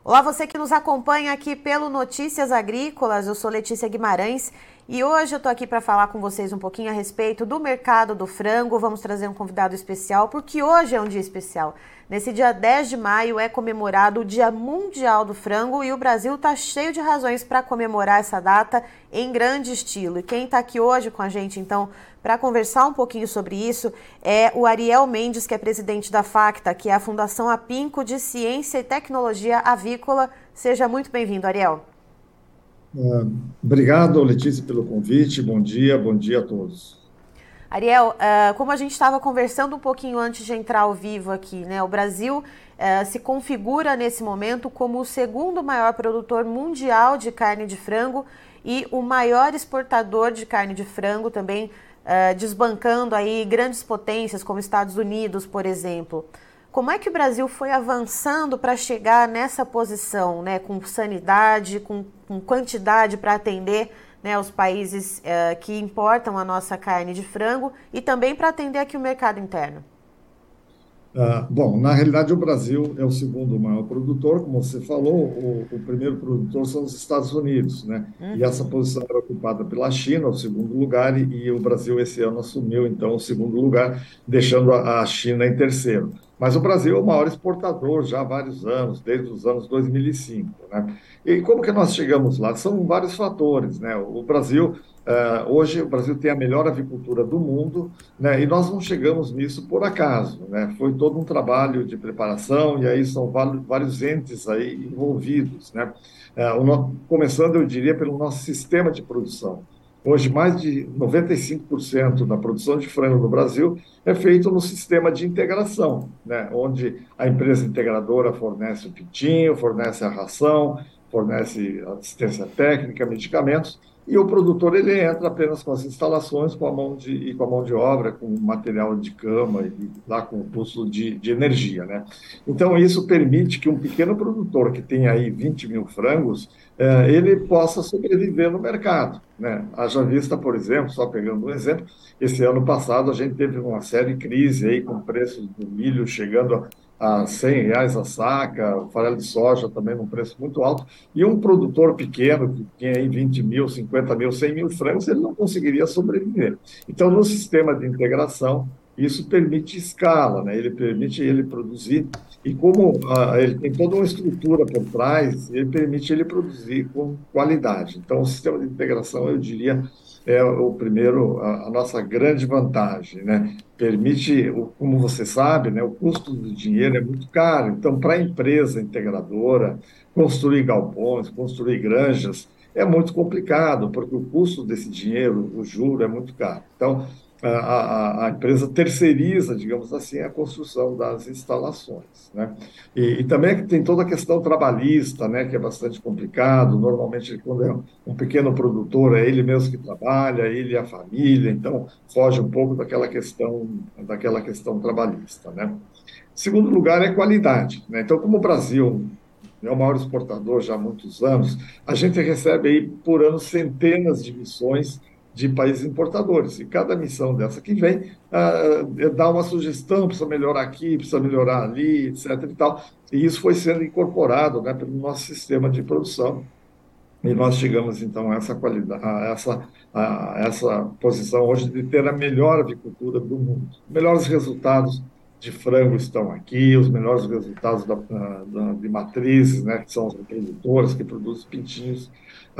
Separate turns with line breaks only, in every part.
Olá, você que nos acompanha aqui pelo Notícias Agrícolas, eu sou Letícia Guimarães e hoje eu estou aqui para falar com vocês um pouquinho a respeito do mercado do frango. Vamos trazer um convidado especial, porque hoje é um dia especial. Nesse dia 10 de maio é comemorado o Dia Mundial do Frango e o Brasil está cheio de razões para comemorar essa data em grande estilo. E quem está aqui hoje com a gente, então, para conversar um pouquinho sobre isso, é o Ariel Mendes, que é presidente da FACTA, que é a Fundação Apinco de Ciência e Tecnologia Avícola. Seja muito bem-vindo, Ariel.
Obrigado, Letícia, pelo convite. Bom dia a todos.
Ariel, como a gente estava conversando um pouquinho antes de entrar ao vivo aqui, né? O Brasil se configura nesse momento como o segundo maior produtor mundial de carne de frango e o maior exportador de carne de frango também, desbancando aí grandes potências como Estados Unidos, por exemplo. Como é que o Brasil foi avançando para chegar nessa posição, né, com sanidade, com quantidade para atender, né, os países que importam a nossa carne de frango e também para atender aqui o mercado interno?
Bom, na realidade, o Brasil é o segundo maior produtor, como você falou, o primeiro produtor são os Estados Unidos, né? E essa posição era ocupada pela China, o segundo lugar, e o Brasil esse ano assumiu, então, o segundo lugar, deixando a China em terceiro. Mas o Brasil é o maior exportador já há vários anos, desde os anos 2005, né? E como que nós chegamos lá? São vários fatores, né? Hoje, o Brasil tem a melhor avicultura do mundo, né? E nós não chegamos nisso por acaso, né? Foi todo um trabalho de preparação e aí são vários entes aí envolvidos, né? Começando, eu diria, pelo nosso sistema de produção. Hoje, mais de 95% da produção de frango no Brasil é feito no sistema de integração, né? Onde a empresa integradora fornece o pitinho, fornece a ração, fornece assistência técnica, medicamentos, e o produtor ele entra apenas com as instalações, com a mão de obra, com material de cama e lá com o custo de energia, né? Então isso permite que um pequeno produtor que tem aí 20 mil frangos, ele possa sobreviver no mercado, né? Haja vista, por exemplo, só pegando um exemplo, esse ano passado a gente teve uma séria crise aí com preços do milho chegando a R$ 100 a saca, o farelo de soja também num preço muito alto, e um produtor pequeno, que tinha aí 20 mil, 50 mil, 100 mil frangos, ele não conseguiria sobreviver. Então, no sistema de integração, isso permite escala, né? Ele permite ele produzir, e como ele tem toda uma estrutura por trás, ele permite ele produzir com qualidade. Então, o sistema de integração, eu diria, é o primeiro, a nossa grande vantagem, né? Permite, como você sabe, né, o custo do dinheiro é muito caro. Então, para a empresa integradora, construir galpões, construir granjas, é muito complicado, porque o custo desse dinheiro, o juro, é muito caro. Então, a empresa terceiriza, digamos assim, a construção das instalações, né? E também tem toda a questão trabalhista, né, que é bastante complicado. Normalmente, quando é um pequeno produtor, é ele mesmo que trabalha, ele e a família, então foge um pouco daquela questão trabalhista, né? Segundo lugar é qualidade, né? Então, como o Brasil é o maior exportador já há muitos anos, a gente recebe aí por ano centenas de missões de países importadores. E cada missão dessa que vem dá uma sugestão, precisa melhorar aqui, precisa melhorar ali, etc. e tal. E isso foi sendo incorporado, né, pelo nosso sistema de produção. E nós chegamos, então, a essa qualidade, a essa posição hoje de ter a melhor avicultura do mundo. Melhores resultados de frango estão aqui, os melhores resultados de matrizes, né, que são os reprodutores que produzem pintinhos,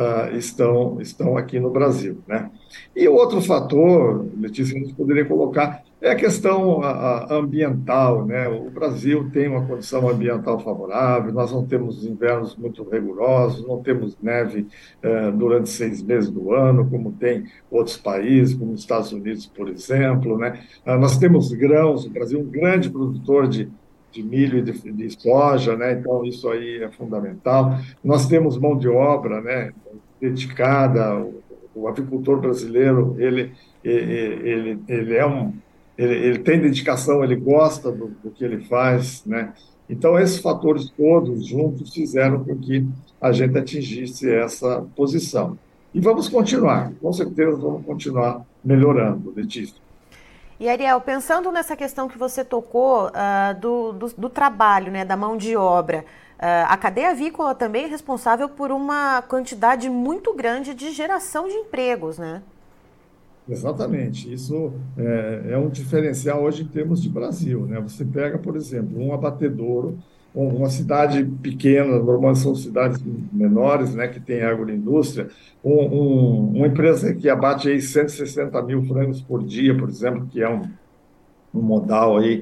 estão aqui no Brasil, né? E outro fator, Letícia, que a gente poderia colocar é a questão ambiental, né? O Brasil tem uma condição ambiental favorável, nós não temos invernos muito rigorosos, não temos neve durante 6 meses do ano, como tem outros países, como os Estados Unidos, por exemplo, né? Nós temos grãos, o Brasil é um grande produtor de milho e de soja, né? Então isso aí é fundamental. Nós temos mão de obra, né, dedicada. O avicultor brasileiro, ele é ele tem dedicação, ele gosta do que ele faz, né? Então, esses fatores todos juntos fizeram com que a gente atingisse essa posição. E vamos continuar, com certeza vamos continuar melhorando, Letícia.
E Ariel, pensando nessa questão que você tocou do trabalho, né, da mão de obra, A cadeia avícola também é responsável por uma quantidade muito grande de geração de empregos, né?
Exatamente, isso é um diferencial hoje em termos de Brasil, né? Você pega, por exemplo, um abatedouro, uma cidade pequena, normalmente são cidades menores, né, que tem agroindústria, uma empresa que abate aí 160 mil frangos por dia, por exemplo, que é um modal aí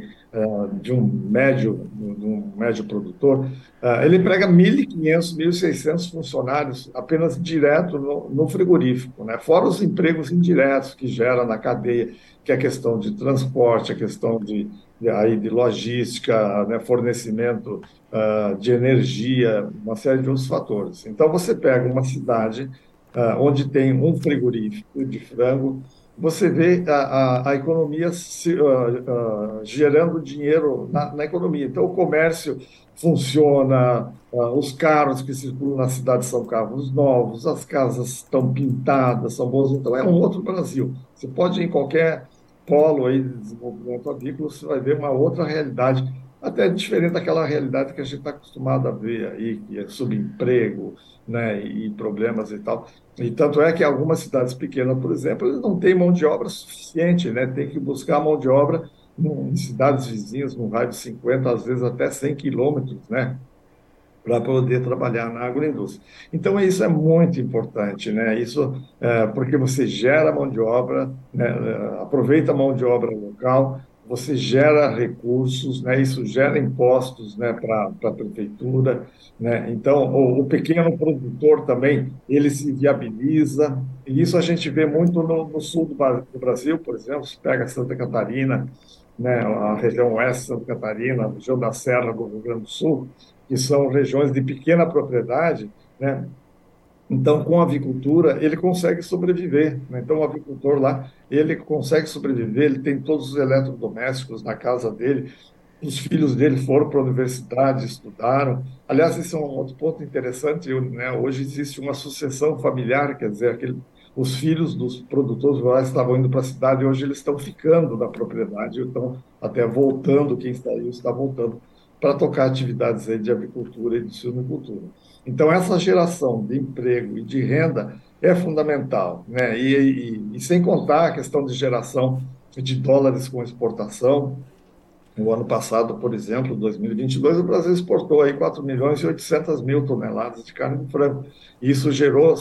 de um médio produtor, ele emprega 1.500, 1.600 funcionários apenas direto no frigorífico, né? Fora os empregos indiretos que gera na cadeia, que é a questão de transporte, a questão de logística, né? Fornecimento de energia, uma série de outros fatores. Então, você pega uma cidade onde tem um frigorífico de frango, você vê a economia gerando dinheiro na economia. Então, o comércio funciona, os carros que circulam na cidade são carros novos, as casas estão pintadas, são boas. Então, é um outro Brasil. Você pode ir em qualquer polo aí de desenvolvimento agrícola, você vai ver uma outra realidade, até diferente daquela realidade que a gente está acostumado a ver aí, que é subemprego, né, e problemas e tal. E tanto é que algumas cidades pequenas, por exemplo, eles não têm mão de obra suficiente, né? Tem que buscar mão de obra em cidades vizinhas, no raio de 50, às vezes até 100 quilômetros, né? Para poder trabalhar na agroindústria. Então, isso é muito importante, né? Isso porque você gera mão de obra, né? Aproveita a mão de obra local, você gera recursos, né? Isso gera impostos, né? Para a prefeitura, né? Então, o pequeno produtor também, ele se viabiliza, e isso a gente vê muito no sul do Brasil, por exemplo, se pega Santa Catarina, né? A região oeste de Santa Catarina, a região da Serra do Rio Grande do Sul, que são regiões de pequena propriedade, né? Então, com a avicultura, ele consegue sobreviver, né? Então, o avicultor lá, ele consegue sobreviver, ele tem todos os eletrodomésticos na casa dele, os filhos dele foram para a universidade, estudaram. Aliás, esse é um outro ponto interessante, né? Hoje existe uma sucessão familiar, quer dizer, os filhos dos produtores rurais estavam indo para a cidade e hoje eles estão ficando na propriedade, estão até voltando, quem saiu está voltando para tocar atividades aí de avicultura e de silvicultura. Então, essa geração de emprego e de renda é fundamental, né? E sem contar a questão de geração de dólares com exportação. No ano passado, por exemplo, 2022, o Brasil exportou aí 4 milhões e 800 mil toneladas de carne de frango. Isso gerou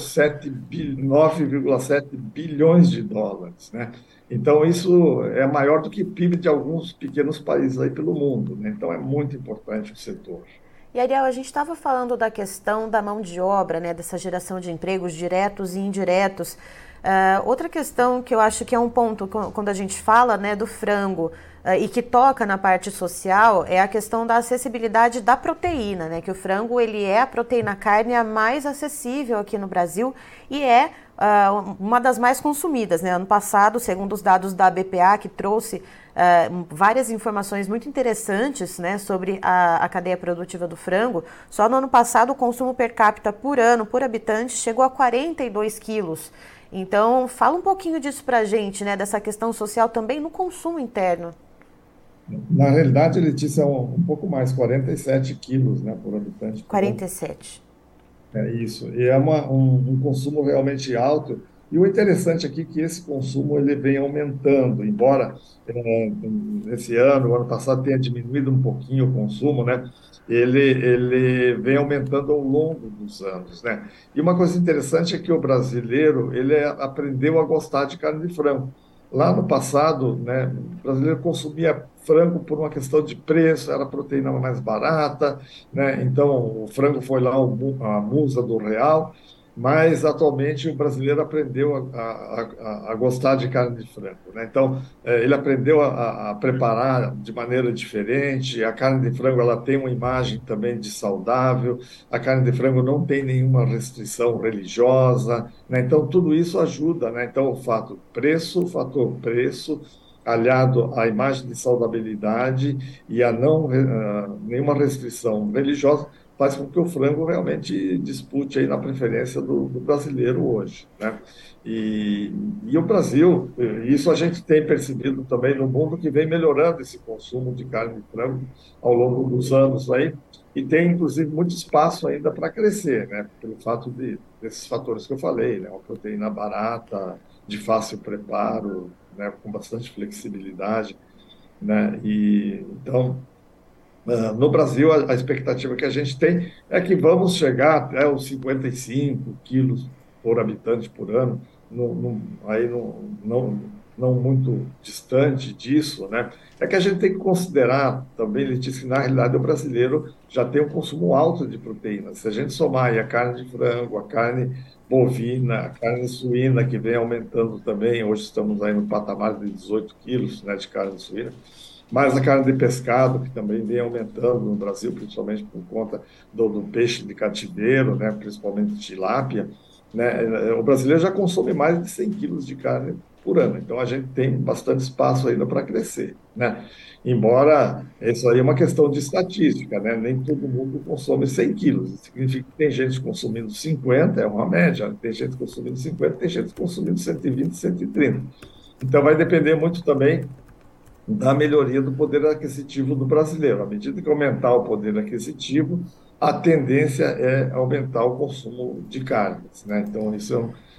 9,7 bilhões de dólares, né? Então, isso é maior do que o PIB de alguns pequenos países aí pelo mundo, né? Então, é muito importante o setor.
E, Ariel, a gente estava falando da questão da mão de obra, né, dessa geração de empregos diretos e indiretos. Outra questão que eu acho que é um ponto quando a gente fala, né, do frango e que toca na parte social é a questão da acessibilidade da proteína, né, que o frango ele é a proteína carne a mais acessível aqui no Brasil e é uma das mais consumidas, né? Ano passado, segundo os dados da BPA, que trouxe várias informações muito interessantes, né, sobre a cadeia produtiva do frango, só no ano passado o consumo per capita por ano, por habitante, chegou a 42 quilos. Então, fala um pouquinho disso para a gente, né, dessa questão social também no consumo interno.
Na realidade, Letícia, é um pouco mais, 47 quilos, né, por habitante por ano.
47.
É isso. E é um consumo realmente alto. E o interessante aqui é que esse consumo ele vem aumentando, embora esse ano, o ano passado, tenha diminuído um pouquinho o consumo, né? Ele vem aumentando ao longo dos anos, né? E uma coisa interessante é que o brasileiro ele aprendeu a gostar de carne de frango. Lá no passado, né, o brasileiro consumia frango por uma questão de preço, era a proteína mais barata, né? Então, o frango foi lá a musa do real, mas atualmente o brasileiro aprendeu a gostar de carne de frango, né? Então, ele aprendeu a preparar de maneira diferente. A carne de frango ela tem uma imagem também de saudável. A carne de frango não tem nenhuma restrição religiosa, né? Então, tudo isso ajuda, né? Então, o fator preço aliado à imagem de saudabilidade e a não nenhuma restrição religiosa, faz com que o frango realmente dispute aí na preferência do brasileiro hoje, né? E, e o Brasil, isso a gente tem percebido também no mundo, que vem melhorando esse consumo de carne de frango ao longo dos anos aí, e tem inclusive muito espaço ainda para crescer, né? Pelo fato desses fatores que eu falei, né? Uma proteína barata, de fácil preparo, né? Com bastante flexibilidade, né? E então, no Brasil, a expectativa que a gente tem é que vamos chegar até os 55 quilos por habitante por ano, aí não muito distante disso, né? É que a gente tem que considerar também, Letícia, que na realidade o brasileiro já tem um consumo alto de proteínas. Se a gente somar aí a carne de frango, a carne bovina, a carne suína, que vem aumentando também, hoje estamos aí no patamar de 18 quilos, né, de carne suína, mais a carne de pescado, que também vem aumentando no Brasil, principalmente por conta do peixe de cativeiro, né, principalmente tilápia, né, o brasileiro já consome mais de 100 quilos de carne por ano, então a gente tem bastante espaço ainda para crescer, né? Embora isso aí é uma questão de estatística, né? Nem todo mundo consome 100 quilos, isso significa que tem gente consumindo 50, é uma média, tem gente consumindo 50, tem gente consumindo 120, 130. Então vai depender muito também da melhoria do poder aquisitivo do brasileiro. À medida que aumentar o poder aquisitivo, a tendência é aumentar o consumo de carnes, né? Então, isso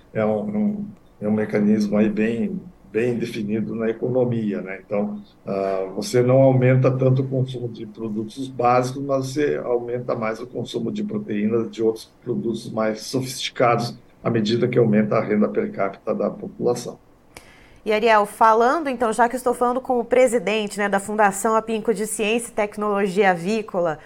é um mecanismo aí bem definido na economia, né? Então, você não aumenta tanto o consumo de produtos básicos, mas você aumenta mais o consumo de proteínas, de outros produtos mais sofisticados, à medida que aumenta a renda per capita da população.
E Ariel, falando então, já que estou falando com o presidente, né, da Fundação Apinco de Ciência e Tecnologia Avícola,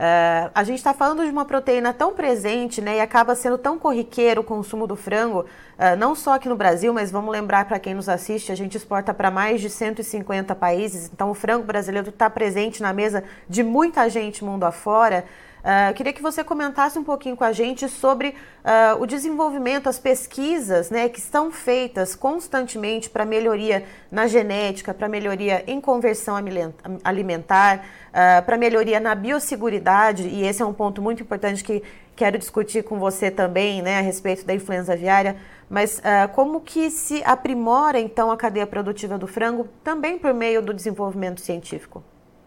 a gente está falando de uma proteína tão presente, né, e acaba sendo tão corriqueiro o consumo do frango, não só aqui no Brasil, mas vamos lembrar para quem nos assiste, a gente exporta para mais de 150 países, então o frango brasileiro está presente na mesa de muita gente mundo afora. Queria que você comentasse um pouquinho com a gente sobre o desenvolvimento, as pesquisas, né, que estão feitas constantemente para melhoria na genética, para melhoria em conversão alimentar, para melhoria na biosseguridade, e esse é um ponto muito importante que quero discutir com você também, né, a respeito da influenza aviária, mas como que se aprimora então a cadeia produtiva do frango também por meio do desenvolvimento científico?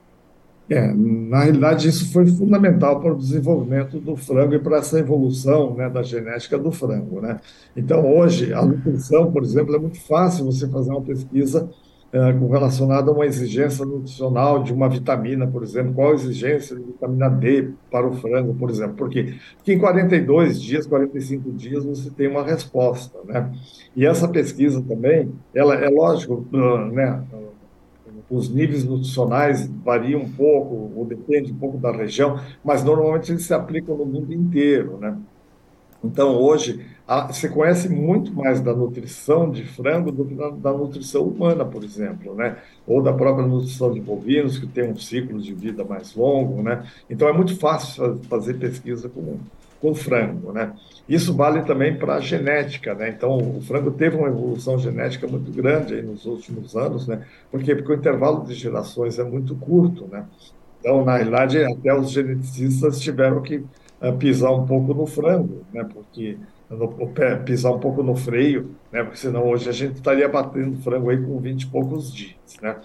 Na realidade, isso foi fundamental para o desenvolvimento do frango e para essa evolução, né, da genética do frango, né? Então, hoje, a nutrição, por exemplo, é muito fácil você fazer uma pesquisa relacionada a uma exigência nutricional de uma vitamina, por exemplo, qual a exigência de vitamina D para o frango, por exemplo. Por quê? Porque em 42 dias, 45 dias, você tem uma resposta, né? E essa pesquisa também, ela é lógico, né? Os níveis nutricionais variam um pouco, ou depende um pouco da região, mas normalmente eles se aplicam no mundo inteiro, né? Então, hoje, você conhece muito mais da nutrição de frango do que da nutrição humana, por exemplo, né? Ou da própria nutrição de bovinos, que tem um ciclo de vida mais longo, né? Então, é muito fácil fazer pesquisa com frango, né? Isso vale também para a genética, né? Então, o frango teve uma evolução genética muito grande aí nos últimos anos, né? Por quê? Porque o intervalo de gerações é muito curto, né? Então, na realidade, até os geneticistas tiveram que pisar um pouco no frango, né? Porque pisar um pouco no freio, né? Porque senão hoje a gente estaria batendo frango aí com 20 e poucos dias, né?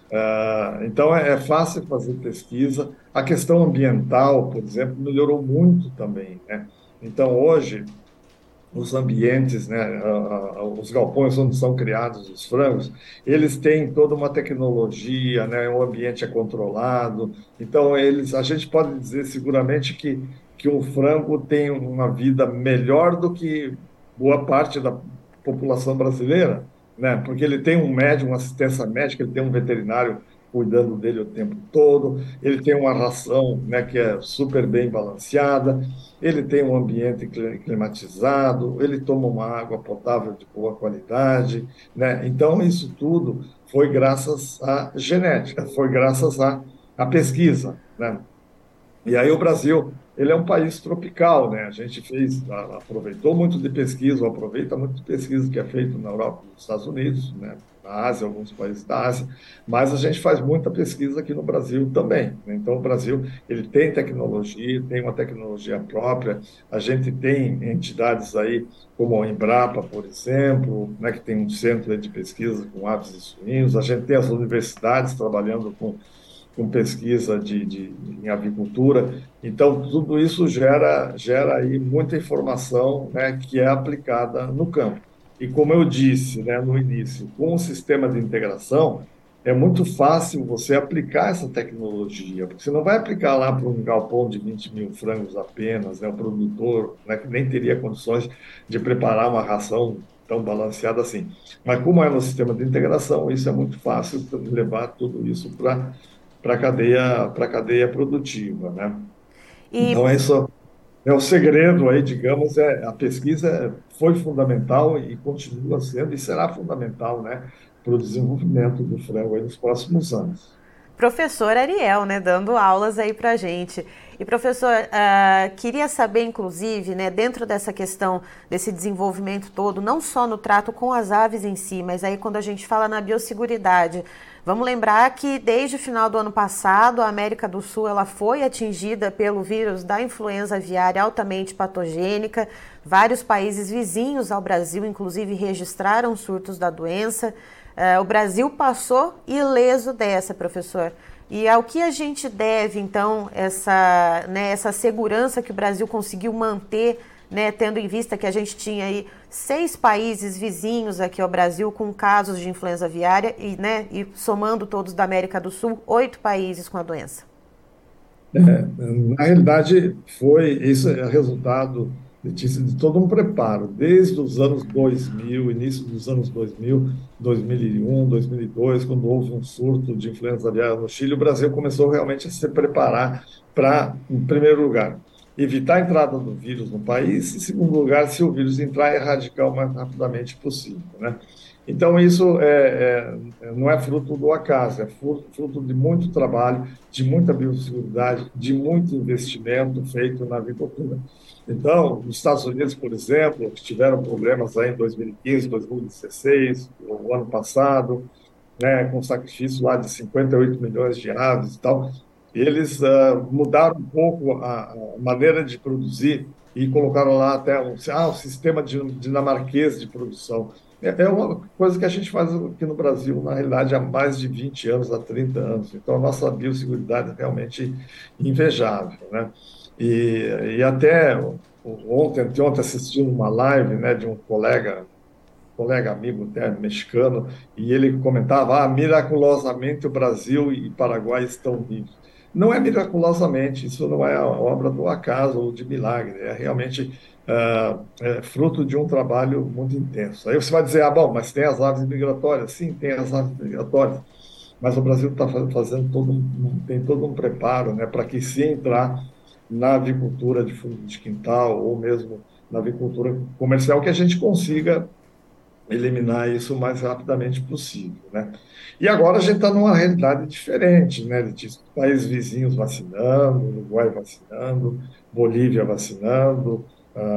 Então é fácil fazer pesquisa. A questão ambiental, por exemplo, melhorou muito também, né? Então hoje os ambientes, né, os galpões onde são criados os frangos, eles têm toda uma tecnologia, né, o ambiente é controlado. Então, a gente pode dizer seguramente que um frango tem uma vida melhor do que boa parte da população brasileira, né, porque ele tem um médico, uma assistência médica, ele tem um veterinário cuidando dele o tempo todo, ele tem uma ração, né, que é super bem balanceada, ele tem um ambiente climatizado, ele toma uma água potável de boa qualidade, né? Então, isso tudo foi graças à genética, foi graças à pesquisa, né? E aí o Brasil, ele é um país tropical, né? A gente aproveitou muito de pesquisa, ou aproveita muito de pesquisa que é feita na Europa e nos Estados Unidos, né? na Ásia, alguns países da Ásia, mas a gente faz muita pesquisa aqui no Brasil também, né? Então, o Brasil, ele tem tecnologia, tem uma tecnologia própria, a gente tem entidades aí, como a Embrapa, por exemplo, né, que tem um centro de pesquisa com aves e suínos, a gente tem as universidades trabalhando com pesquisa em avicultura. Então, tudo isso gera aí muita informação, né, que é aplicada no campo. E como eu disse, né, no início, com o sistema de integração, é muito fácil você aplicar essa tecnologia, porque você não vai aplicar lá para um galpão de 20 mil frangos apenas, né, o produtor, né, que nem teria condições de preparar uma ração tão balanceada assim. Mas como é no sistema de integração, isso é muito fácil levar tudo isso para a cadeia produtiva, né?
E
Então, isso é o segredo aí, digamos, a pesquisa foi fundamental e continua sendo e será fundamental, né, para o desenvolvimento do frango aí nos próximos anos.
professor Ariel, né, dando aulas aí pra gente. E professor, queria saber, inclusive, né, dentro dessa questão desse desenvolvimento todo, não só no trato com as aves em si, mas aí quando a gente fala na biosseguridade, vamos lembrar que desde o final do ano passado, a América do Sul ela foi atingida pelo vírus da influenza aviária altamente patogênica. Vários países vizinhos ao Brasil, inclusive, registraram surtos da doença. O Brasil passou ileso dessa, professor. E ao que a gente deve, então, essa segurança que o Brasil conseguiu manter, né, tendo em vista que a gente tinha aí 6 países vizinhos aqui ao Brasil com casos de influenza aviária e, né, e somando todos da América do Sul, 8 países com a doença.
Na realidade, isso é resultado, Letícia, de todo um preparo, desde os anos 2000, início dos anos 2000, 2001, 2002, quando houve um surto de influenza aviária no Chile, o Brasil começou realmente a se preparar para, em primeiro lugar, evitar a entrada do vírus no país, e, em segundo lugar, se o vírus entrar, erradicar o mais rapidamente possível, né? Então, isso não é fruto do acaso, é fruto de muito trabalho, de muita biosseguridade, de muito investimento feito na agricultura. Então, nos Estados Unidos, por exemplo, que tiveram problemas aí em 2015, 2016, o ano passado, né, com sacrifício lá de 58 milhões de aves e tal, mudaram um pouco a maneira de produzir e colocaram lá até um sistema dinamarquês de produção. É uma coisa que a gente faz aqui no Brasil, na realidade, há mais de 20 anos, há 30 anos. Então, a nossa biosseguridade é realmente invejável, né? E até anteontem, assisti uma live, né, de um colega amigo até mexicano, e ele comentava, miraculosamente o Brasil e Paraguai estão vivos. Não é miraculosamente, isso não é a obra do acaso ou de milagre, é realmente fruto de um trabalho muito intenso. Aí você vai dizer, bom, mas tem as aves migratórias. Sim, tem as aves migratórias, mas o Brasil está fazendo tem todo um preparo, né, para que se entrar na avicultura de fundo de quintal ou mesmo na avicultura comercial, que a gente consiga eliminar isso o mais rapidamente possível, né? E agora a gente está numa realidade diferente, né, Letícia? Países vizinhos vacinando, Uruguai vacinando, Bolívia vacinando,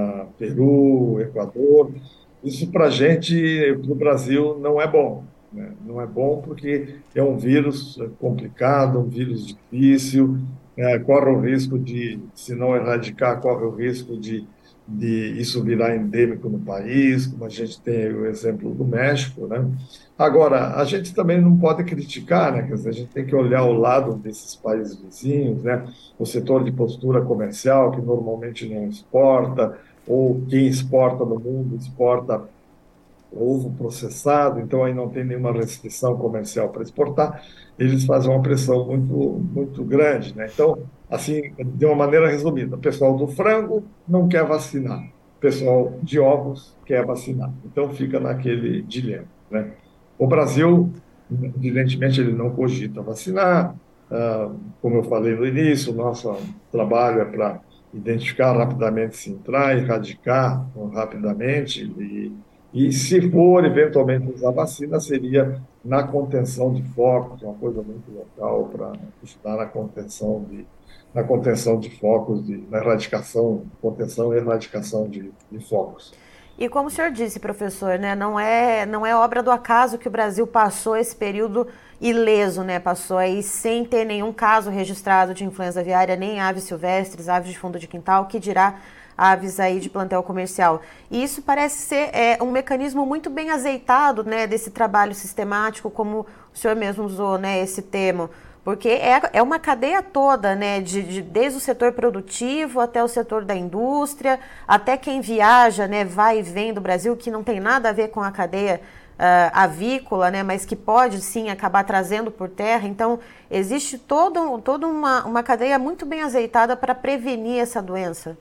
Peru, Equador. Isso para a gente, no Brasil, não é bom, né? Não é bom porque é um vírus complicado, um vírus difícil, corre o risco se não erradicar, corre o risco de isso virar endêmico no país, como a gente tem o exemplo do México, né? Agora, a gente também não pode criticar, né? Quer dizer, a gente tem que olhar o lado desses países vizinhos, né? O setor de postura comercial, que normalmente não exporta, ou quem exporta no mundo exporta ovo processado, então aí não tem nenhuma restrição comercial para exportar, eles fazem uma pressão muito grande, né? Então, assim, de uma maneira resumida, o pessoal do frango não quer vacinar, o pessoal de ovos quer vacinar, então fica naquele dilema, né? O Brasil, evidentemente, ele não cogita vacinar, como eu falei no início, o nosso trabalho é para identificar rapidamente se entrar, erradicar rapidamente e se for eventualmente usar vacina, seria na contenção de focos, uma coisa muito local para ajudar na contenção de focos, na erradicação, contenção e erradicação de focos.
E como o senhor disse, professor, né, não é obra do acaso que o Brasil passou esse período ileso, né? Passou aí sem ter nenhum caso registrado de influenza aviária, nem aves silvestres, aves de fundo de quintal, que dirá aves aí de plantel comercial. E isso parece ser um mecanismo muito bem azeitado, né, desse trabalho sistemático, como o senhor mesmo usou, né, esse termo. Porque é uma cadeia toda, né, desde o setor produtivo até o setor da indústria, até quem viaja, né, vai e vem do Brasil, que não tem nada a ver com a cadeia avícola, né, mas que pode sim acabar trazendo por terra. Então, existe toda uma cadeia muito bem azeitada para prevenir essa doença.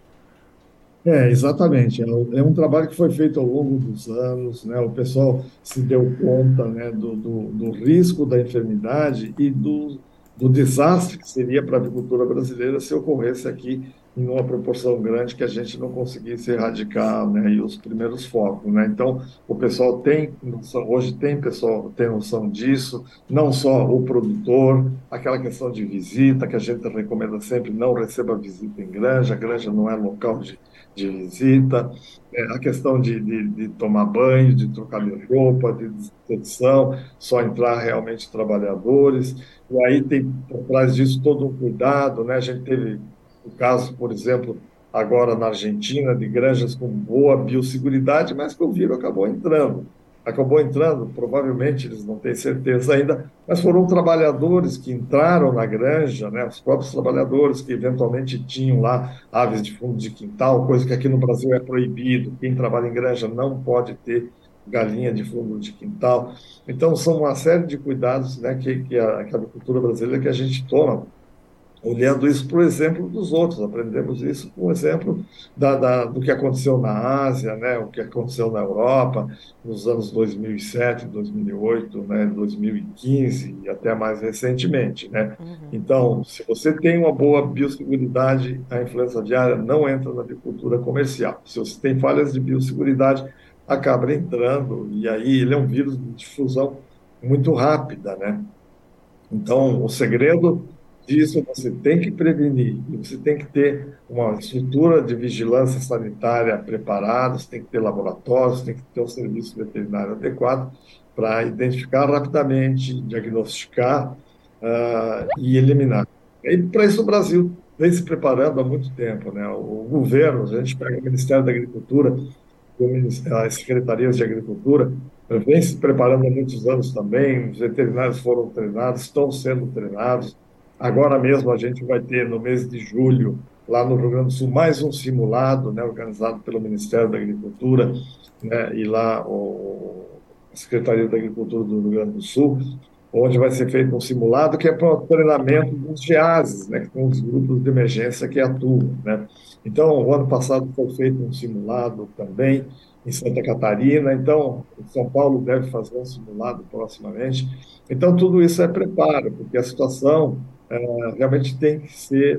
Exatamente. É um trabalho que foi feito ao longo dos anos, né? O pessoal se deu conta, né, do risco da enfermidade e do desastre que seria para a agricultura brasileira se ocorresse aqui em uma proporção grande que a gente não conseguisse erradicar, né, e os primeiros focos, né? Então, o pessoal tem noção, hoje pessoal tem noção disso, não só o produtor, aquela questão de visita que a gente recomenda sempre, não receba visita em granja, a granja não é local de visita, a questão de tomar banho, de trocar de roupa, de desinfecção, só entrar realmente trabalhadores. E aí tem por trás disso todo um cuidado, né? A gente teve o caso, por exemplo, agora na Argentina, de granjas com boa biosseguridade, mas que o vírus acabou entrando. Acabou entrando, provavelmente eles não têm certeza ainda, mas foram trabalhadores que entraram na granja, né, os próprios trabalhadores que eventualmente tinham lá aves de fundo de quintal, coisa que aqui no Brasil é proibido. Quem trabalha em granja não pode ter galinha de fundo de quintal. Então, são uma série de cuidados, né, que a agricultura brasileira que a gente toma olhando isso para o exemplo dos outros. Aprendemos isso com o exemplo do que aconteceu na Ásia, né, o que aconteceu na Europa nos anos 2007, 2008, né, 2015 e até mais recentemente, né? Então, se você tem uma boa biosseguridade, a influenza aviária não entra na agricultura comercial. Se você tem falhas de biosseguridade, acaba entrando, e aí ele é um vírus de difusão muito rápida, né? Então, o segredo disso você tem que prevenir, e você tem que ter uma estrutura de vigilância sanitária preparada, você tem que ter laboratórios, tem que ter um serviço veterinário adequado para identificar rapidamente, diagnosticar, e eliminar. E para isso o Brasil vem se preparando há muito tempo, né? O governo, a gente pega o Ministério da Agricultura, as secretarias de agricultura vem se preparando há muitos anos também, os veterinários foram treinados, estão sendo treinados. Agora mesmo a gente vai ter, no mês de julho, lá no Rio Grande do Sul, mais um simulado, né, organizado pelo Ministério da Agricultura, né, e lá a Secretaria da Agricultura do Rio Grande do Sul, onde vai ser feito um simulado que é para o treinamento dos GEASes, né, que são os grupos de emergência que atuam, né. Então, o ano passado foi feito um simulado também em Santa Catarina, então, São Paulo deve fazer um simulado proximamente. Então, tudo isso é preparo, porque a situação realmente tem que ser,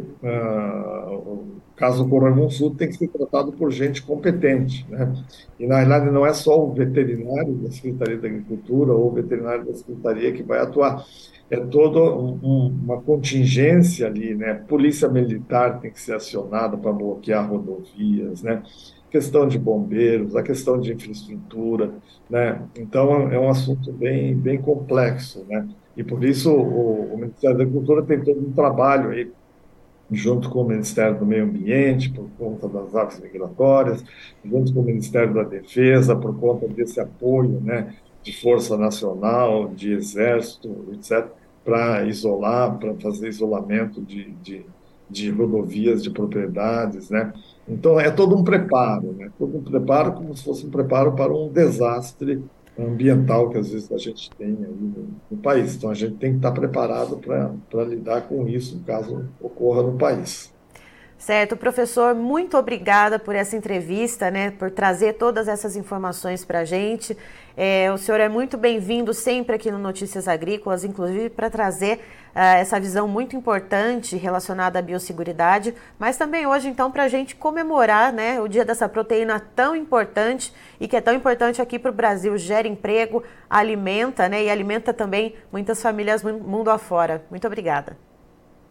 o caso do Coronel Sul tem que ser tratado por gente competente, né? E, na realidade, não é só o veterinário da Secretaria da Agricultura ou o veterinário da Secretaria que vai atuar, é toda uma contingência ali, né? Polícia Militar tem que ser acionada para bloquear rodovias, né? Questão de bombeiros, a questão de infraestrutura, né? Então, é um assunto bem complexo, né? E por isso o Ministério da Agricultura tem todo um trabalho aí, junto com o Ministério do Meio Ambiente, por conta das aves migratórias, junto com o Ministério da Defesa, por conta desse apoio, né, de Força Nacional, de Exército, etc., para isolar, para fazer isolamento de rodovias, de propriedades, né? Então, é todo um preparo, né? Todo um preparo como se fosse um preparo para um desastre ambiental que às vezes a gente tem aí no país. Então, a gente tem que estar preparado para lidar com isso, caso ocorra no país.
Certo, professor, muito obrigada por essa entrevista, né, por trazer todas essas informações para a gente. O senhor é muito bem-vindo sempre aqui no Notícias Agrícolas, inclusive para trazer essa visão muito importante relacionada à biosseguridade, mas também hoje, então, para a gente comemorar, né, o dia dessa proteína tão importante e que é tão importante aqui para o Brasil, gera emprego, alimenta, né, e alimenta também muitas famílias mundo afora. Muito obrigada.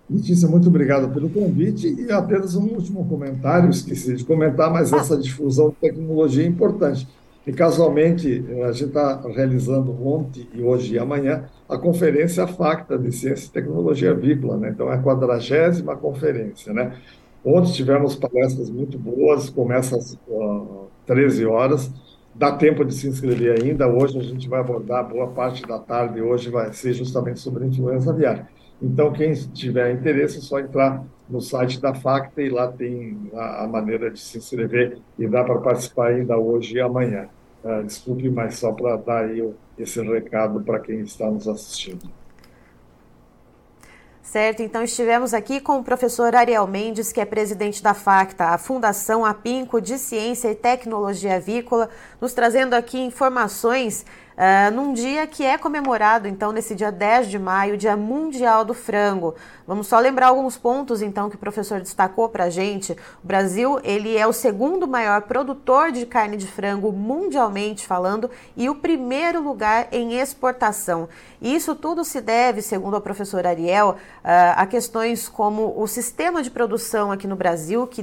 Letícia, muito obrigado pelo convite e apenas um último comentário, esqueci de comentar, mas
Ah,
essa difusão de tecnologia é importante. E casualmente, a gente está realizando ontem e hoje e amanhã a conferência FACTA de Ciência e Tecnologia Avícola, né? Então, é a 40ª conferência, né? Ontem tivemos palestras muito boas, começa às 13 horas, dá tempo de se inscrever ainda. Hoje a gente vai abordar boa parte da tarde, hoje vai ser justamente sobre influenza aviária. Então, quem tiver interesse, é só entrar no site da FACTA e lá tem a maneira de se inscrever e dá para participar ainda hoje e amanhã. Desculpe, mas só para dar aí esse recado para quem está nos assistindo.
certo, então estivemos aqui com o professor Ariel Mendes, que é presidente da FACTA, a Fundação Apinco de Ciência e Tecnologia Avícola, nos trazendo aqui informações num dia que é comemorado, então, nesse dia 10 de maio, Dia Mundial do Frango. Vamos só lembrar alguns pontos, então, que o professor destacou para a gente. O Brasil, ele é o segundo maior produtor de carne de frango mundialmente falando e o primeiro lugar em exportação. E isso tudo se deve, segundo a professora Ariel, a questões como o sistema de produção aqui no Brasil, que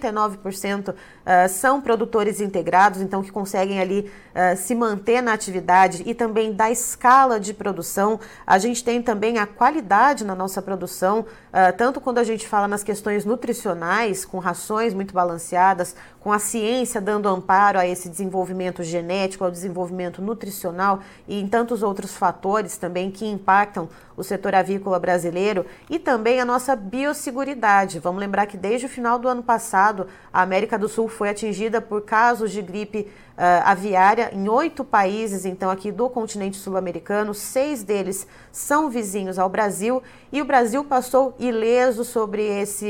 99% são produtores integrados, então que conseguem ali se manter na atividade, e também da escala de produção. A gente tem também a qualidade na nossa produção, tanto quando a gente fala nas questões nutricionais, com rações muito balanceadas, com a ciência dando amparo a esse desenvolvimento genético, ao desenvolvimento nutricional e em tantos outros fatores também que impactam o setor avícola brasileiro, e também a nossa biosseguridade. Vamos lembrar que desde o final do ano passado, a América do Sul foi atingida por casos de gripe aviária em 8 países, então aqui do continente sul-americano, 6 deles são vizinhos ao Brasil, e o Brasil passou ileso sobre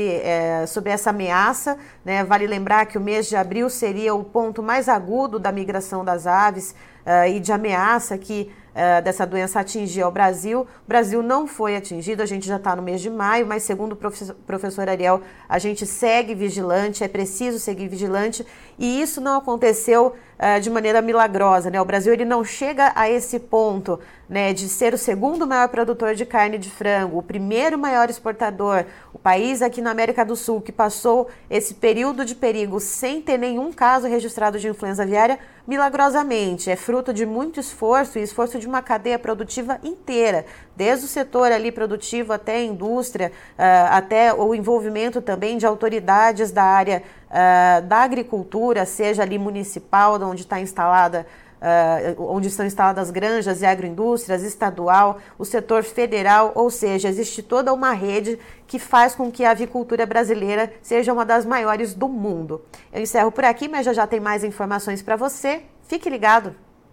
essa ameaça, né? Vale lembrar que o mês de abril seria o ponto mais agudo da migração das aves e de ameaça que dessa doença atingir ao Brasil. O Brasil não foi atingido, a gente já está no mês de maio, mas segundo o professor Ariel, a gente segue vigilante, é preciso seguir vigilante, e isso não aconteceu de maneira milagrosa, né? O Brasil, ele não chega a esse ponto, né, de ser o segundo maior produtor de carne de frango, o primeiro maior exportador, o país aqui na América do Sul que passou esse período de perigo sem ter nenhum caso registrado de influenza aviária, milagrosamente. É fruto de muito esforço e esforço de uma cadeia produtiva inteira, desde o setor ali produtivo até a indústria, até o envolvimento também de autoridades da área da agricultura, seja ali municipal, onde está instalada onde estão instaladas granjas e agroindústrias, estadual, o setor federal, ou seja, existe toda uma rede que faz com que a avicultura brasileira seja uma das maiores do mundo. Eu encerro por aqui, mas já tem mais informações para você. Fique ligado!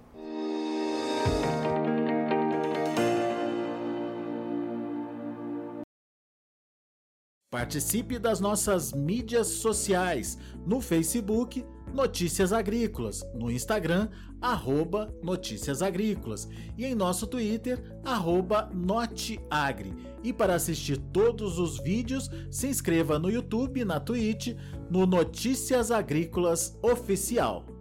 Participe das nossas mídias sociais, no Facebook, Notícias Agrícolas, no Instagram, @Notícias Agrícolas e em nosso Twitter, @Noteagri. E para assistir todos os vídeos, se inscreva no YouTube, na Twitch, no Notícias Agrícolas Oficial.